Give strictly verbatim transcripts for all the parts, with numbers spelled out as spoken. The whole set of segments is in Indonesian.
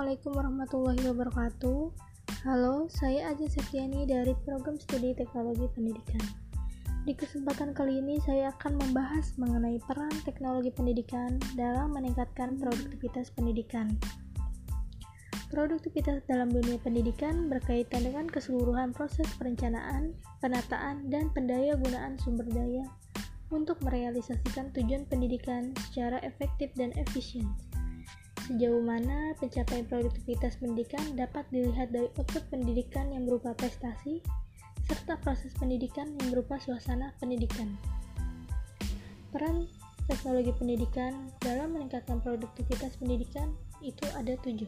Assalamualaikum warahmatullahi wabarakatuh. Halo, saya Aja Septiani dari Program Studi Teknologi Pendidikan. Di kesempatan kali ini saya akan membahas mengenai peran teknologi pendidikan dalam meningkatkan produktivitas pendidikan. Produktivitas dalam dunia pendidikan berkaitan dengan keseluruhan proses perencanaan, penataan, dan pendayagunaan sumber daya untuk merealisasikan tujuan pendidikan secara efektif dan efisien. Sejauh mana pencapaian produktivitas pendidikan dapat dilihat dari output pendidikan yang berupa prestasi, serta proses pendidikan yang berupa suasana pendidikan. Peran teknologi pendidikan dalam meningkatkan produktivitas pendidikan itu ada tujuh.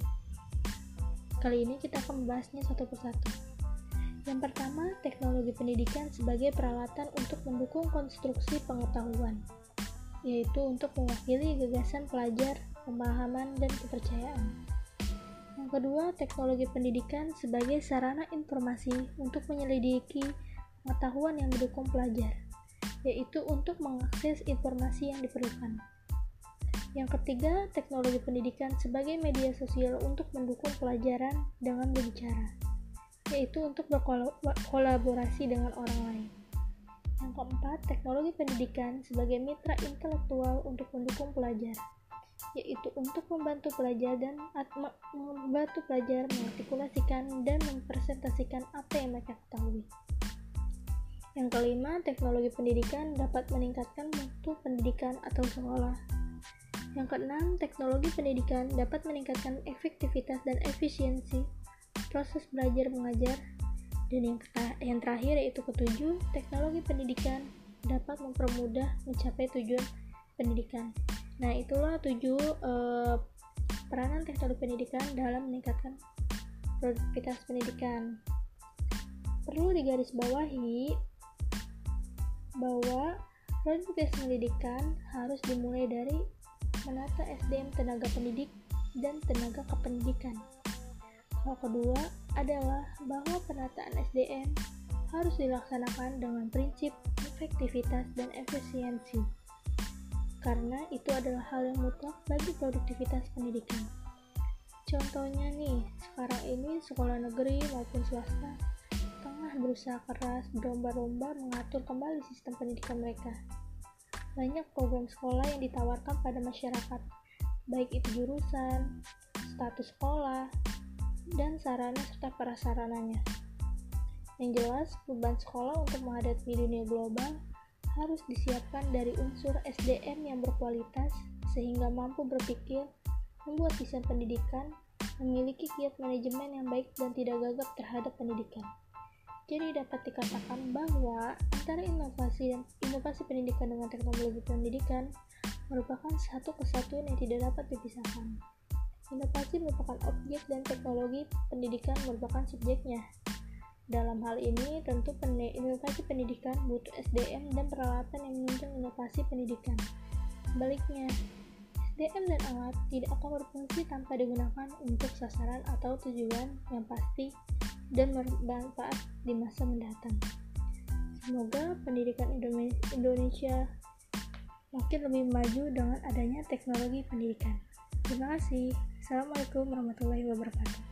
Kali ini kita akan membahasnya satu persatu. Yang pertama, teknologi pendidikan sebagai peralatan untuk mendukung konstruksi pengetahuan, yaitu untuk mewakili gagasan pelajar, pemahaman, dan kepercayaan. Yang kedua, teknologi pendidikan sebagai sarana informasi untuk menyelidiki pengetahuan yang mendukung pelajar, yaitu untuk mengakses informasi yang diperlukan. Yang ketiga, teknologi pendidikan sebagai media sosial untuk mendukung pelajaran dengan berbicara, yaitu untuk berkolaborasi dengan orang lain. Yang keempat, teknologi pendidikan sebagai mitra intelektual untuk mendukung pelajar, yaitu untuk membantu pelajar dan membantu pelajar mengartikulasikan dan mempresentasikan apa yang mereka ketahui. Yang kelima, teknologi pendidikan dapat meningkatkan mutu pendidikan atau sekolah. Yang keenam, teknologi pendidikan dapat meningkatkan efektivitas dan efisiensi proses belajar mengajar. Dan yang, yang terakhir yaitu ketujuh, teknologi pendidikan dapat mempermudah mencapai tujuan pendidikan. Nah, itulah tujuh eh, peranan teknologi pendidikan dalam meningkatkan produktivitas pendidikan. Perlu digarisbawahi bahwa produktivitas pendidikan harus dimulai dari menata S D M tenaga pendidik dan tenaga kependidikan. Hal kedua adalah bahwa penataan S D M harus dilaksanakan dengan prinsip efektivitas dan efisiensi, karena itu adalah hal yang mutlak bagi produktivitas pendidikan. Contohnya nih, sekarang ini sekolah negeri maupun swasta tengah berusaha keras berlomba-lomba mengatur kembali sistem pendidikan mereka. Banyak program sekolah yang ditawarkan pada masyarakat, baik itu jurusan, status sekolah, dan sarana serta prasarananya. Yang jelas, beban sekolah untuk menghadapi dunia global harus disiapkan dari unsur S D M yang berkualitas sehingga mampu berpikir, membuat desain pendidikan, memiliki kiat manajemen yang baik dan tidak gagap terhadap pendidikan. Jadi dapat dikatakan bahwa antara inovasi dan inovasi pendidikan dengan teknologi pendidikan merupakan satu kesatuan yang tidak dapat dipisahkan. Inovasi merupakan objek dan teknologi pendidikan merupakan subjeknya. Dalam hal ini, tentu inovasi pendidikan butuh S D M dan peralatan yang menunjang inovasi pendidikan. Sebaliknya, S D M dan alat tidak akan berfungsi tanpa digunakan untuk sasaran atau tujuan yang pasti dan bermanfaat di masa mendatang. Semoga pendidikan Indonesia makin lebih maju dengan adanya teknologi pendidikan. Terima kasih. Assalamualaikum warahmatullahi wabarakatuh.